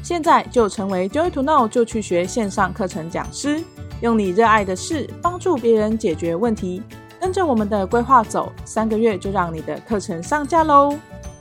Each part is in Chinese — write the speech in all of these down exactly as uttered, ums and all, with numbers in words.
现在就成为 Joy to Know 就去学线上课程讲师，用你热爱的事帮助别人解决问题。跟着我们的规划走，三个月就让你的课程上架咯。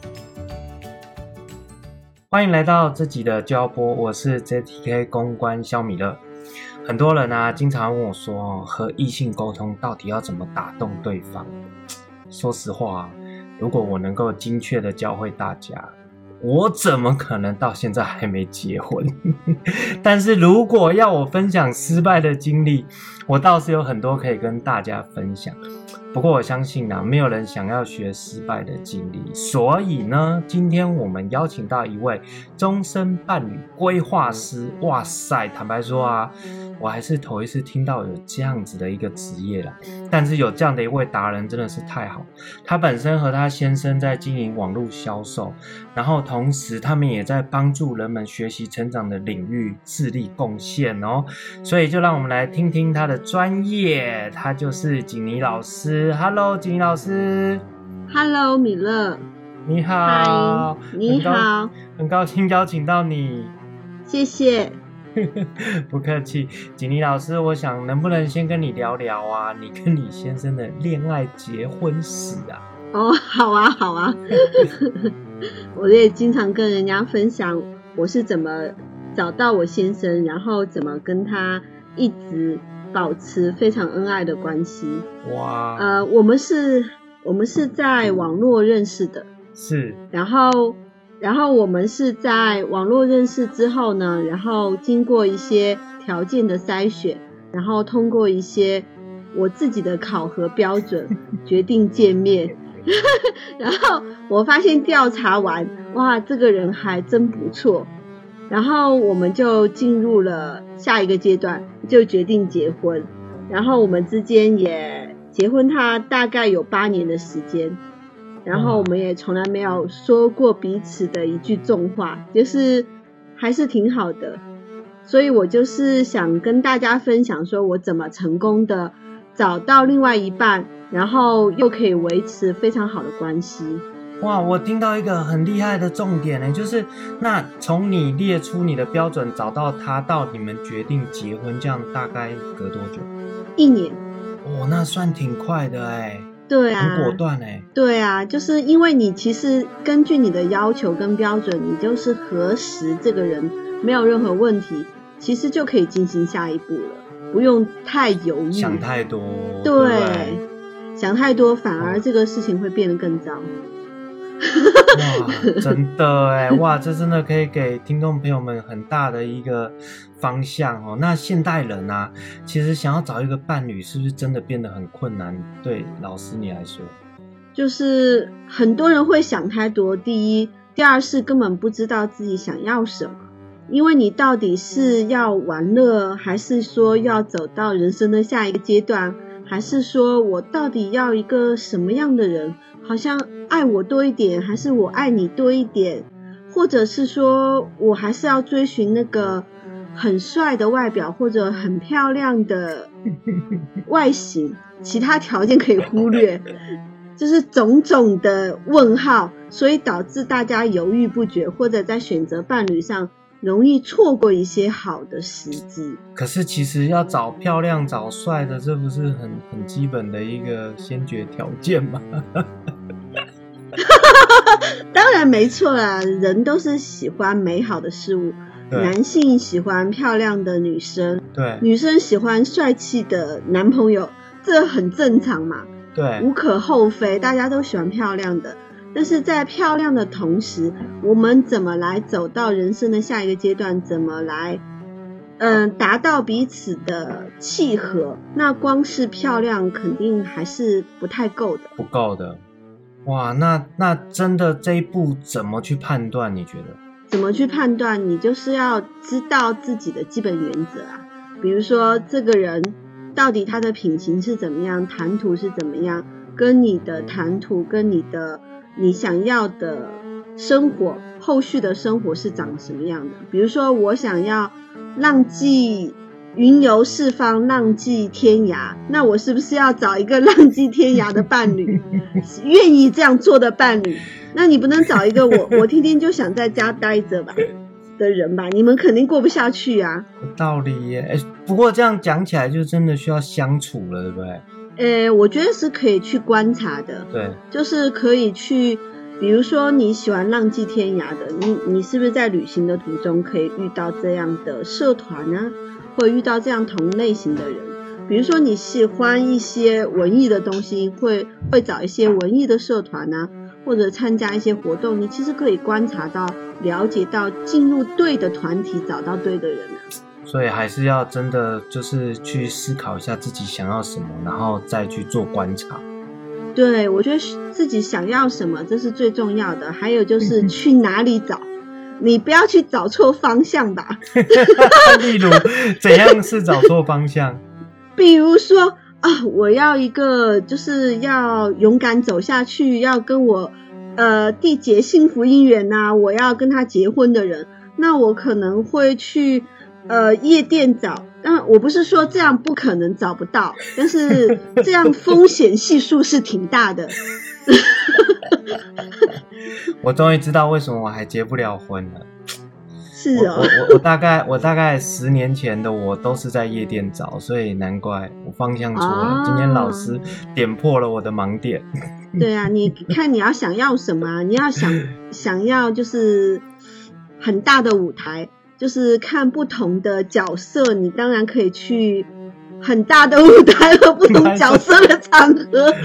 欢迎来到这集的就要播，我是 J T K 公关肖米勒。很多人啊，经常问我说，和异性沟通到底要怎么打动对方？说实话啊，如果我能够精确的教会大家，我怎么可能到现在还没结婚？但是如果要我分享失败的经历，我倒是有很多可以跟大家分享。不过我相信啊，没有人想要学失败的经历，所以呢，今天我们邀请到一位终身伴侣规划师。哇塞，坦白说啊，我还是头一次听到有这样子的一个职业啦。但是有这样的一位达人真的是太好。他本身和他先生在经营网络销售，然后同时他们也在帮助人们学习成长的领域致力贡献哦。所以就让我们来听听他的专业，他就是景妮老师。Hello， 景妮老师。 Hello， 米勒。 你好。 Hi， 你好。 很高兴邀请到你。 谢谢。 不客气。景妮老师，我想能不能先跟你聊聊啊，你跟你先生的恋爱结婚史啊？ 哦，好啊，好啊。我也经常跟人家分享我是怎么找到我先生，然后怎么跟他一直保持非常恩爱的关系。 哇， 呃，我们是，我们是在网络认识的， 是， 然后，然后我们是在网络认识之后呢，然后经过一些条件的筛选，然后通过一些我自己的考核标准，决定见面。然后我发现调查完，哇，这个人还真不错。然后我们就进入了下一个阶段，就决定结婚。然后我们之间也结婚，他大概有八年的时间。然后我们也从来没有说过彼此的一句重话，就是还是挺好的。所以我就是想跟大家分享说我怎么成功的找到另外一半，然后又可以维持非常好的关系。 哇，我听到一个很厉害的重点呢，就是那从你列出你的标准找到他到你们决定结婚，这样大概隔多久？ 一年。 哦，那算挺快的哎。 对啊， 很果断哎。 对啊，就是因为你其实根据你的要求跟标准，你就是核实这个人没有任何问题，其实就可以进行下一步了，不用太犹豫， 想太多。 对， 对， 想太多反而这个事情会变得更糟。 哇，真的哎，哇，这真的可以给听众朋友们很大的一个方向哦。那现代人啊，其实想要找一个伴侣，是不是真的变得很困难？对老师你来说， 就是很多人会想太多，第一，第二是根本不知道自己想要什么，因为你到底是要玩乐，还是说要走到人生的下一个阶段，还是说我到底要一个什么样的人？好像爱我多一点，还是我爱你多一点，或者是说我还是要追寻那个很帅的外表，或者很漂亮的外形，其他条件可以忽略，就是种种的问号，所以导致大家犹豫不决，或者在选择伴侣上容易错过一些好的时机。 可是其实要找漂亮找帅的，这不是很很基本的一个先决条件吗？ 当然没错啦，人都是喜欢美好的事物，男性喜欢漂亮的女生， 对， 女生喜欢帅气的男朋友，这很正常嘛， 对， 无可厚非，大家都喜欢漂亮的。但是在漂亮的同时，我们怎么来走到人生的下一个阶段，怎么来嗯，达到彼此的契合，那光是漂亮肯定还是不太够的， 不够的。哇，那那真的这一步怎么去判断？你觉得？ 怎么去判断？你就是要知道自己的基本原则啊。比如说，这个人到底他的品行是怎么样，谈吐是怎么样，跟你的谈吐，跟你的你想要的生活，后续的生活是长什么样的？比如说，我想要浪迹云游四方，浪迹天涯，那我是不是要找一个浪迹天涯的伴侣，愿意这样做的伴侣？那你不能找一个我我天天就想在家待着吧？ 的人吧，你们肯定过不下去啊。 有道理耶，哎，不过这样讲起来就真的需要相处了，对不对？ 诶，我觉得是可以去观察的， 对， 就是可以去，比如说你喜欢浪迹天涯的，你你是不是在旅行的途中可以遇到这样的社团啊，或者遇到这样同类型的人？比如说你喜欢一些文艺的东西，会会找一些文艺的社团啊，或者参加一些活动，你其实可以观察到、了解到，进入对的团体，找到对的人啊。 所以还是要真的就是去思考一下自己想要什么，然后再去做观察。 对，我觉得自己想要什么，这是最重要的。还有就是去哪里找，你不要去找错方向吧。 例如，怎样是找错方向？ 比如说啊，我要一个就是要勇敢走下去，要跟我呃缔结幸福姻缘啊，我要跟他结婚的人，那我可能会去呃夜店找。但我不是说这样不可能找不到，但是这样风险系数是挺大的。 我终于知道为什么我还结不了婚了。 是哦， 我我我大概我大概十年前的我都是在夜店找，所以难怪我方向错了。 哦、 今天老师点破了我的盲点。 对啊，你看你要想要什么？你要想想要就是很大的舞台。就是看不同的角色，你当然可以去很大的舞台和不同角色的场合。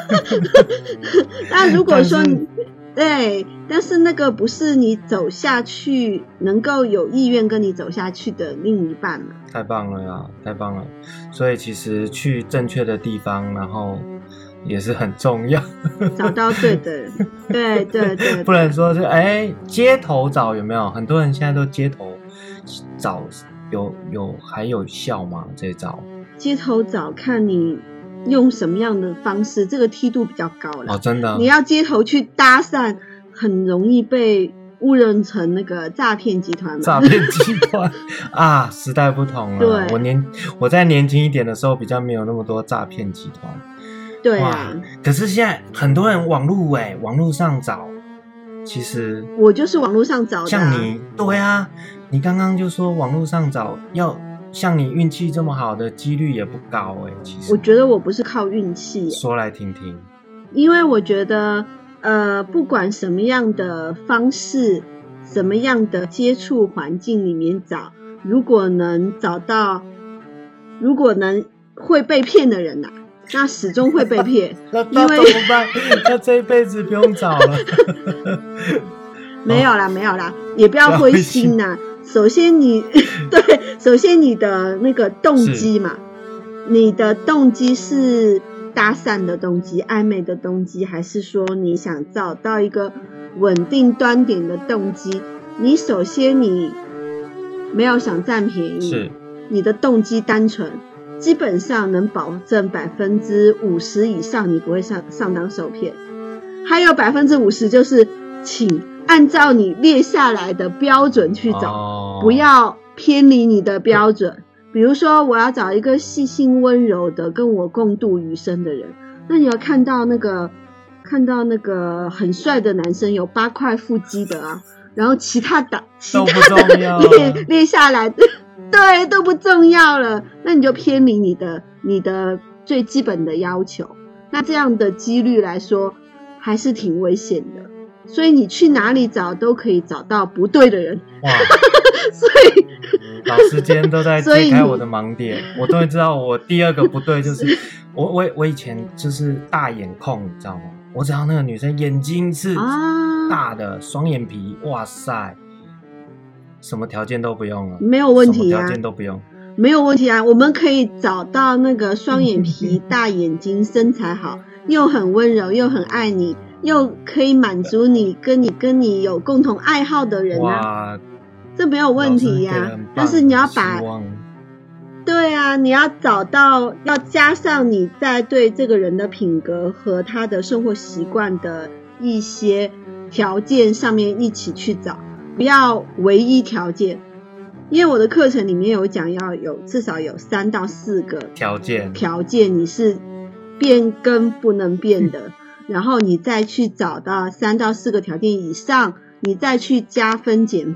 但如果说对，但是那个不是你走下去能够有意愿跟你走下去的另一半嘛。 太棒了呀，太棒了！所以其实去正确的地方，然后也是很重要。 找到对的人，对对 对, 对， 不能说是哎街头找有没有？很多人现在都街头找，有有还有效吗？这招街头找看你用什么样的方式，这个梯度比较高了。 哦，真的， 你要街头去搭讪，很容易被误认成那个诈骗集团嘛。 诈骗集团啊，时代不同了。 对， 我年我在年轻一点的时候，比较没有那么多诈骗集团。 对啊， 可是现在很多人网络哎，网络上找，其实我就是网络上找的、啊。 像你，对啊，你刚刚就说网络上找，要像你运气这么好的几率也不高哎。其实我觉得我不是靠运气， 说来听听。 因为我觉得，呃，不管什么样的方式，什么样的接触环境里面找，如果能找到，如果能会被骗的人呐、啊。那始终会被骗， 那那怎么办？那这一辈子不用找了。 没有啦，没有啦，也不要灰心啦。首先你对，首先你的那个动机嘛，你的动机是搭讪的动机、暧昧的动机，还是说你想找到一个稳定端点的动机？你首先你没有想占便宜， 是你的动机单纯。基本上能保证百分之五十以上你不会上上当受骗，还有百分之五十就是请按照你列下来的标准去找， 哦、 不要偏离你的标准。比如说我要找一个细心温柔的跟我共度余生的人，那你要看到那个看到那个很帅的男生有八块腹肌的啊，然后其他的其他的列列下来的。对，都不重要了，那你就偏离你的你的最基本的要求，那这样的几率来说还是挺危险的，所以你去哪里找都可以找到不对的人。 哇， 所以老师今天都在揭开我的盲点，我终于知道我第二个不对就是我我我以前就是大眼控，你知道吗？我只要那个女生眼睛是大的，双、啊、眼皮，哇塞！什么条件都不用了， 没有问题啊， 什么条件都不用， 没有问题啊。我们可以找到那个双眼皮、大眼睛、身材好，又很温柔，又很爱你，又可以满足你，跟你跟你有共同爱好的人啊，这没有问题呀、啊。但是你要把，对啊，你要找到，要加上你在对这个人的品格和他的生活习惯的一些条件上面一起去找。不要唯一条件，因为我的课程里面有讲要有至少有三到四个条件， 条件你是变更不能变的，然后你再去找到三到四个条件以上，你再去加分减分，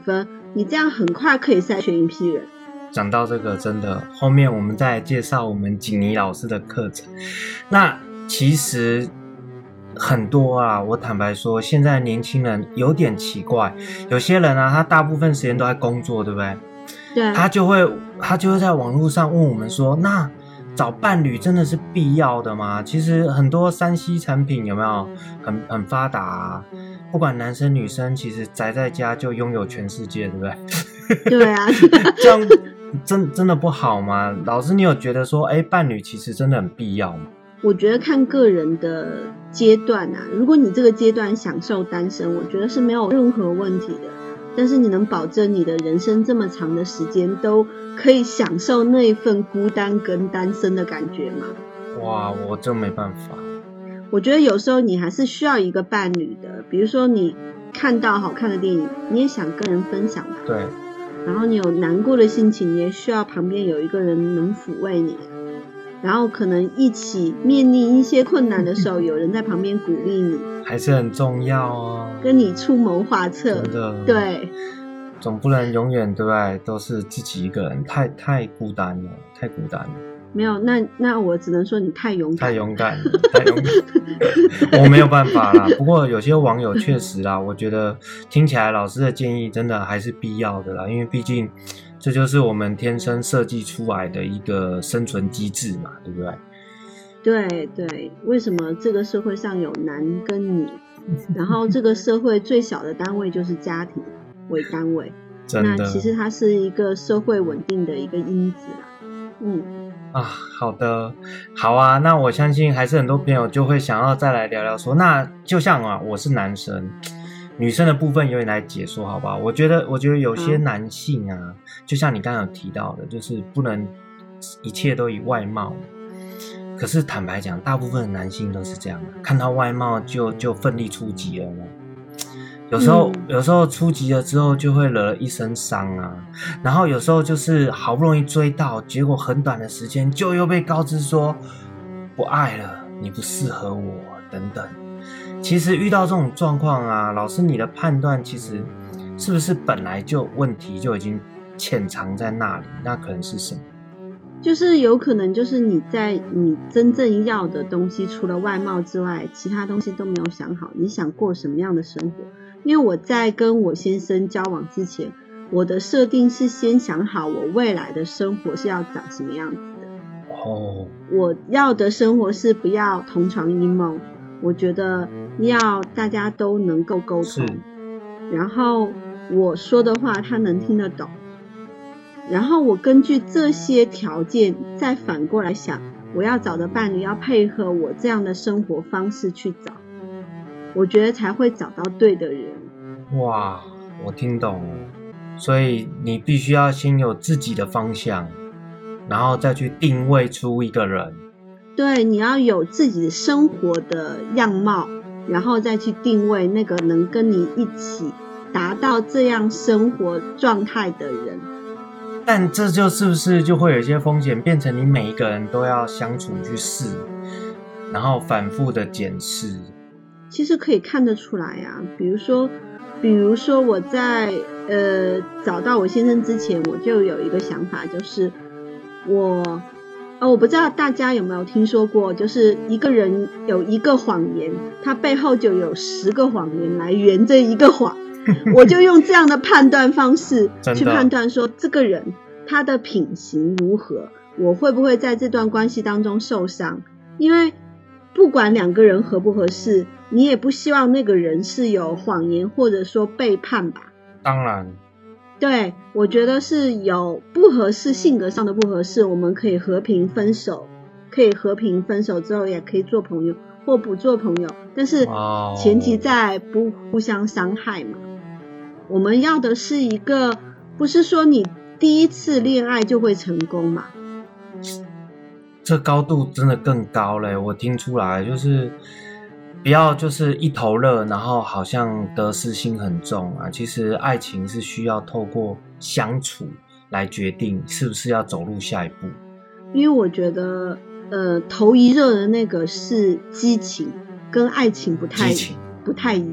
你这样很快可以筛选一批人。 讲到这个，真的后面我们再来介绍我们锦妮老师的课程。那其实很多啊，我坦白说，现在年轻人有点奇怪，有些人啊，他大部分时间都在工作，对不对？ 对。 他就会他就会在网络上问我们说，那找伴侣真的是必要的吗？其实很多 三 C 产品有没有很很发达啊？不管男生女生，其实宅在家就拥有全世界，对不对？ 对啊。 这样真真的不好吗？老师，你有觉得说，哎，伴侣其实真的很必要吗？ 我觉得看个人的阶段啊，如果你这个阶段享受单身，我觉得是没有任何问题的。但是你能保证你的人生这么长的时间都可以享受那一份孤单跟单身的感觉吗？ 哇，我真没办法。 我觉得有时候你还是需要一个伴侣的，比如说你看到好看的电影，你也想跟人分享吧。 对。 然后你有难过的心情，你也需要旁边有一个人能抚慰你。然后可能一起面临一些困难的时候，有人在旁边鼓励你， 还是很重要哦。 跟你出谋划策。 真的。 对。 总不能永远对不对？都是自己一个人，太太孤单了，太孤单了。 没有，那那我只能说你太勇敢， 太勇敢了，太勇敢，我没有办法啦。不过有些网友确实啦，我觉得听起来老师的建议真的还是必要的啦，因为毕竟这就是我们天生设计出来的一个生存机制嘛，对不对？ 对对，为什么这个社会上有男跟女，然后这个社会最小的单位就是家庭为单位， 真的， 那其实它是一个社会稳定的一个因子啦。嗯啊，好的，好啊，那我相信还是很多朋友就会想要再来聊聊说，那就像啊，我是男生，女生的部分由你来解说好不好？我觉得，我觉得有些男性啊，嗯、就像你刚刚有提到的，就是不能一切都以外貌。可是坦白讲，大部分的男性都是这样的，看到外貌就就奋力出击了呢。有时候、嗯、有时候出击了之后就会惹了一身伤啊，然后有时候就是好不容易追到，结果很短的时间就又被告知说不爱了，你不适合我等等。其实遇到这种状况啊，老师你的判断其实是不是本来就问题就已经潜藏在那里？那可能是什么？ 就是有可能就是你在你真正要的东西除了外貌之外，其他东西都没有想好，你想过什么样的生活。因为我在跟我先生交往之前，我的设定是先想好我未来的生活是要长什么样子的。 哦， 我要的生活是不要同床异梦，我觉得要大家都能够沟通，然后我说的话他能听得懂，然后我根据这些条件再反过来想，我要找的伴侣要配合我这样的生活方式去找，我觉得才会找到对的人。 哇，我听懂了，所以你必须要先有自己的方向，然后再去定位出一个人。 对，你要有自己生活的样貌，然后再去定位那个能跟你一起达到这样生活状态的人。 但这就是不是就会有一些风险，变成你每一个人都要相处去试，然后反复的检视。 其实可以看得出来啊，比如说比如说我在呃找到我先生之前，我就有一个想法，就是我呃我不知道大家有没有听说过，就是一个人有一个谎言，他背后就有十个谎言来圆这一个谎。我就用这样的判断方式去判断说，这个人他的品行如何，我会不会在这段关系当中受伤。因为不管两个人合不合适，你也不希望那个人是有谎言或者说背叛吧。 当然， 对，我觉得是有不合适，性格上的不合适，我们可以和平分手，可以和平分手之后也可以做朋友或不做朋友，但是前提在不互相伤害嘛。我们要的是一个，不是说你第一次恋爱就会成功嘛。 这高度真的更高了，我听出来，就是不要就是一头热，然后好像得失心很重啊。其实爱情是需要透过相处来决定是不是要走入下一步。 因为我觉得呃，头一热的那个是激情，跟爱情不太不太一样。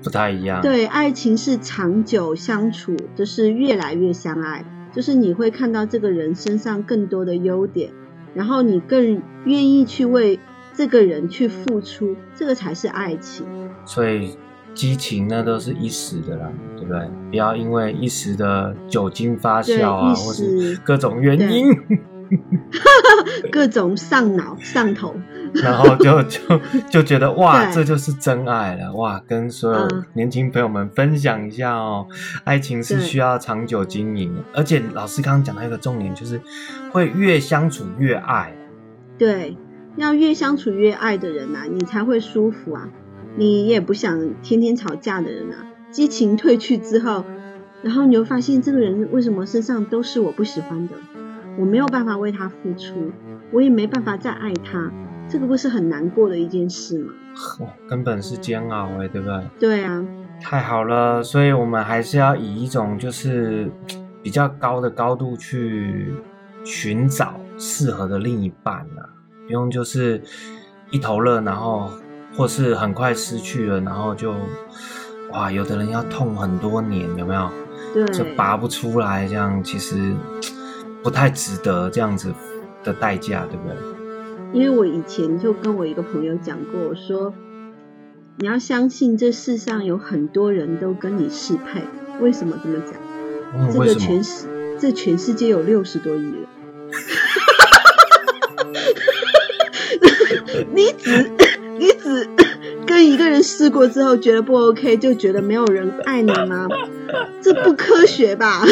不太一样。 对，爱情是长久相处，就是越来越相爱，就是你会看到这个人身上更多的优点，然后你更愿意去为这个人去付出，这个才是爱情。 所以激情那都是一时的啦，对不对？不要因为一时的酒精发酵啊，或是各种原因各种上脑上头然后就就就觉得哇这就是真爱了，哇跟所有年轻朋友们分享一下哦，爱情是需要长久经营的，而且老师刚刚讲到一个重点，就是会越相处越爱。 对，要越相处越爱的人啊，你才会舒服啊，你也不想天天吵架的人啊，激情褪去之后，然后你就发现这个人为什么身上都是我不喜欢的，我没有办法为他付出，我也没办法再爱他，这个不是很难过的一件事吗？ 哦、根本是煎熬哎，对不对？ 对啊， 太好了，所以我们还是要以一种就是比较高的高度去寻找适合的另一半啊，不用就是一头热，然后或是很快失去了，然后就哇，有的人要痛很多年，有没有？ 对， 就拔不出来，这样其实不太值得这样子的代价，对不对？ 因为我以前就跟我一个朋友讲过，我说你要相信这世上有很多人都跟你适配。为什么这么讲？ 嗯、 这个全世这全世界有六十多亿人你只你只跟一个人试过之后觉得不 OK 就觉得没有人爱你吗？这不科学吧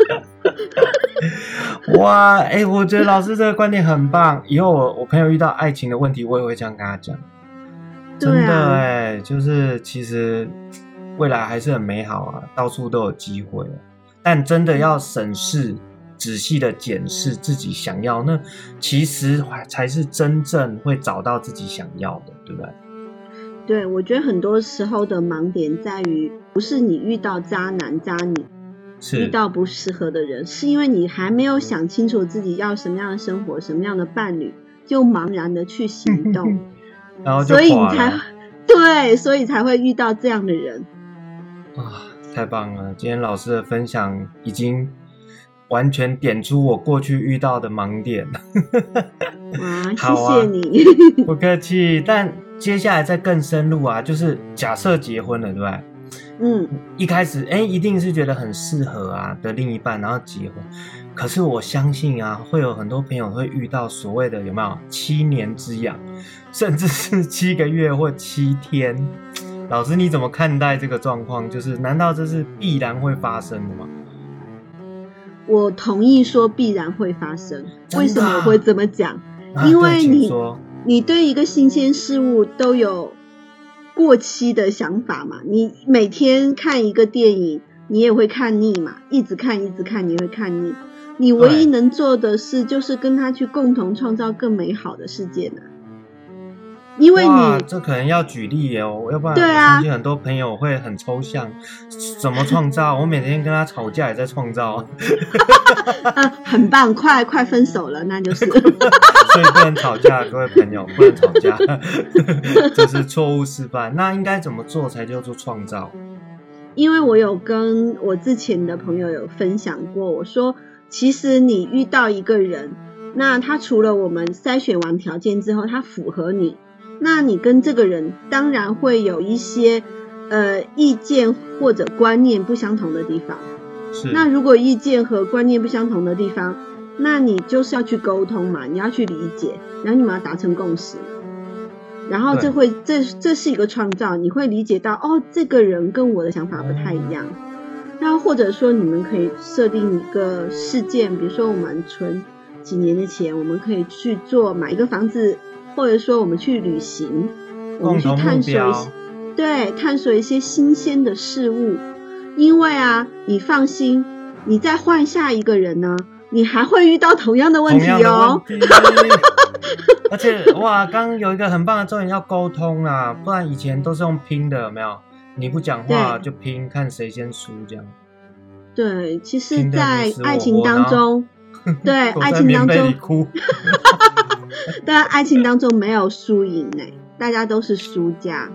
哇，哎、欸，我觉得老师这个观点很棒。以后我我朋友遇到爱情的问题，我也会这样跟他讲。真的哎、欸，就是其实未来还是很美好啊，到处都有机会、啊。但真的要审视、仔细的检视自己想要，那其实才是真正会找到自己想要的，对不对？ 对，我觉得很多时候的盲点在于，不是你遇到渣男渣女。遇到不适合的人，是因为你还没有想清楚自己要什么样的生活，什么样的伴侣，就茫然的去行动然后就所以你才对，所以才会遇到这样的人啊！太棒了，今天老师的分享已经完全点出我过去遇到的盲点哇， 好啊、 谢谢你不客气。但接下来再更深入啊，就是假设结婚了，对不对？ 嗯， 一开始哎，一定是觉得很适合啊的另一半，然后结婚。可是我相信啊，会有很多朋友会遇到所谓的有没有七年之痒，甚至是七个月或七天。老师你怎么看待这个状况？就是难道这是必然会发生的吗？ 我同意说必然会发生。为什么我会这么讲？ 啊、 因为你对你对一个新鲜事物都有过期的想法嘛，你每天看一个电影你也会看腻嘛，一直看一直看你会看腻，你唯一能做的事就是跟他去共同创造更美好的世界呢。因为你这可能要举例哦，要不然对啊， 我相信很多朋友会很抽象，怎么创造？我每天跟他吵架也在创造呃，很棒，快快分手了，那就是所以不能吵架，各位朋友不能吵架这是错误示范。那应该怎么做才叫做创造？ 因为我有跟我之前的朋友有分享过，我说其实你遇到一个人，那他除了我们筛选完条件之后他符合你，那你跟这个人当然会有一些呃意见或者观念不相同的地方。 是， 那如果意见和观念不相同的地方，那你就是要去沟通嘛，你要去理解，然后你们要达成共识，然后这会这这是一个创造，你会理解到哦，这个人跟我的想法不太一样。然后或者说你们可以设定一个事件，比如说我们存几年的钱，我们可以去做买一个房子，或者说我们去旅行，我们去探索一些，对，探索一些新鲜的事物。因为啊，你放心，你再换下一个人呢，你还会遇到同样的问题哦。 问题而且哇，刚刚有一个很棒的重点要沟通啊，不然以前都是用拼的，有没有？你不讲话就拼，看谁先输这样。 对，其实在爱情当中，对爱情当中， 哭但爱情当中没有输赢哎，大家都是输家。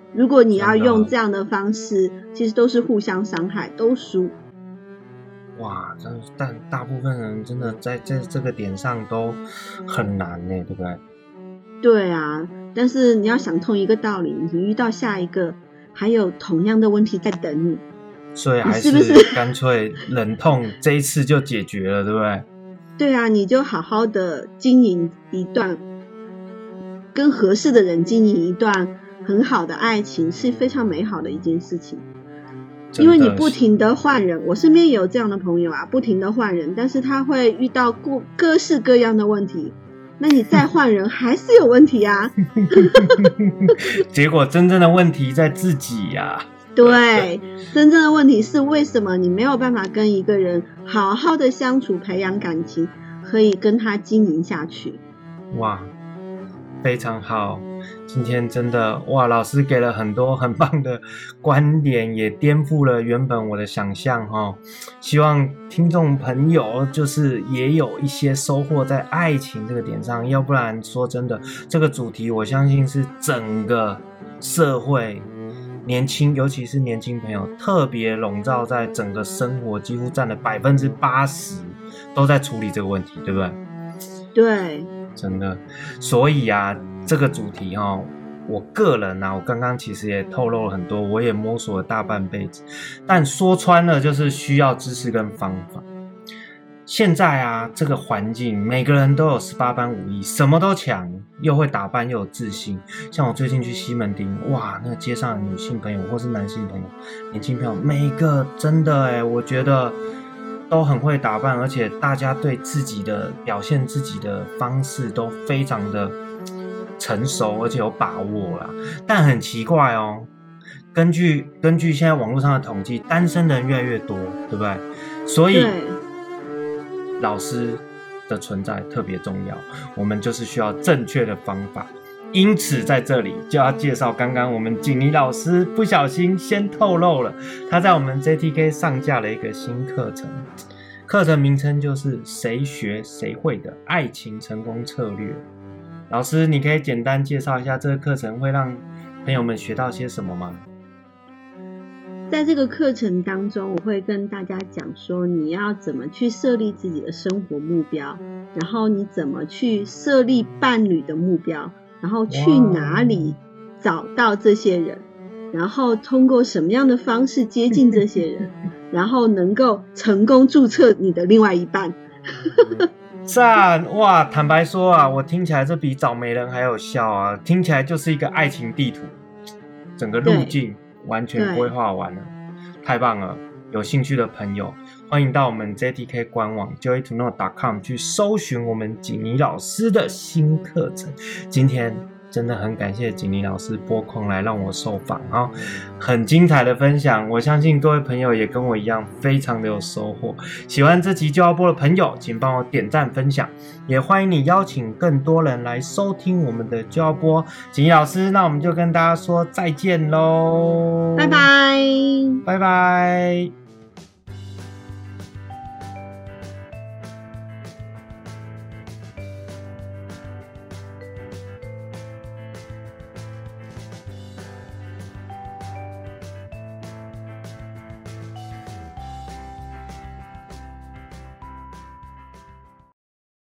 如果你要用这样的方式，其实都是互相伤害，都输。 哇，但大部分人真的在在这个点上都很难呢，对不对？ 对啊，但是你要想通一个道理，你遇到下一个还有同样的问题在等你， 所以还是不是干脆忍痛这一次就解决了，对不对？ 对啊，你就好好的经营一段跟合适的人经营一段很好的爱情，是非常美好的一件事情。因为你不停的换人，我身边也有这样的朋友啊，不停的换人，但是他会遇到各各式各样的问题，那你再换人还是有问题啊。 结果真正的问题在自己啊。 对，真正的问题是为什么你没有办法跟一个人好好的相处，培养感情，可以跟他经营下去。 哇，非常好，今天真的哇，老师给了很多很棒的观点，也颠覆了原本我的想象齁。希望听众朋友就是也有一些收获在爱情这个点上，要不然说真的，这个主题我相信是整个社会年轻，尤其是年轻朋友特别笼罩在整个生活，几乎占了百分之八十都在处理这个问题，对不对？ 对， 真的。所以啊，这个主题哦，我个人啊，我刚刚其实也透露了很多，我也摸索了大半辈子，但说穿了就是需要知识跟方法。现在啊，这个环境每个人都有十八般武艺，什么都强，又会打扮又有自信。像我最近去西门町，哇，那个街上的女性朋友或是男性朋友、年轻朋友，每个真的耶，我觉得都很会打扮，而且大家对自己的表现自己的方式都非常的成熟，而且有把握啦。但很奇怪哦，根据根据现在网络上的统计，单身的人越来越多，对不对？所以老师的存在特别重要，我们就是需要正确的方法。因此在这里就要介绍刚刚我们景妮老师不小心先透露了，他在我们 J T K 上架了一个新课程，课程名称就是谁学谁会的爱情成功策略。老师，你可以简单介绍一下这个课程会让朋友们学到些什么吗？ 在这个课程当中，我会跟大家讲说你要怎么去设立自己的生活目标，然后你怎么去设立伴侣的目标，然后去哪里找到这些人，然后通过什么样的方式接近这些人，然后能够成功注册你的另外一半。 赞！哇，坦白说啊，我听起来这比找媒人还有效啊，听起来就是一个爱情地图，整个路径完全规划完了，太棒了！有兴趣的朋友，欢迎到我们 J T K 官网 joy to know dot com 去搜寻我们景妮老师的新课程。今天真的很感谢景妮老师拨空来让我受访啊，很精彩的分享，我相信各位朋友也跟我一样非常的有收获。喜欢这集就要播的朋友，请帮我点赞分享，也欢迎你邀请更多人来收听我们的就要播。景妮老师，那我们就跟大家说再见咯， 拜拜， 拜拜。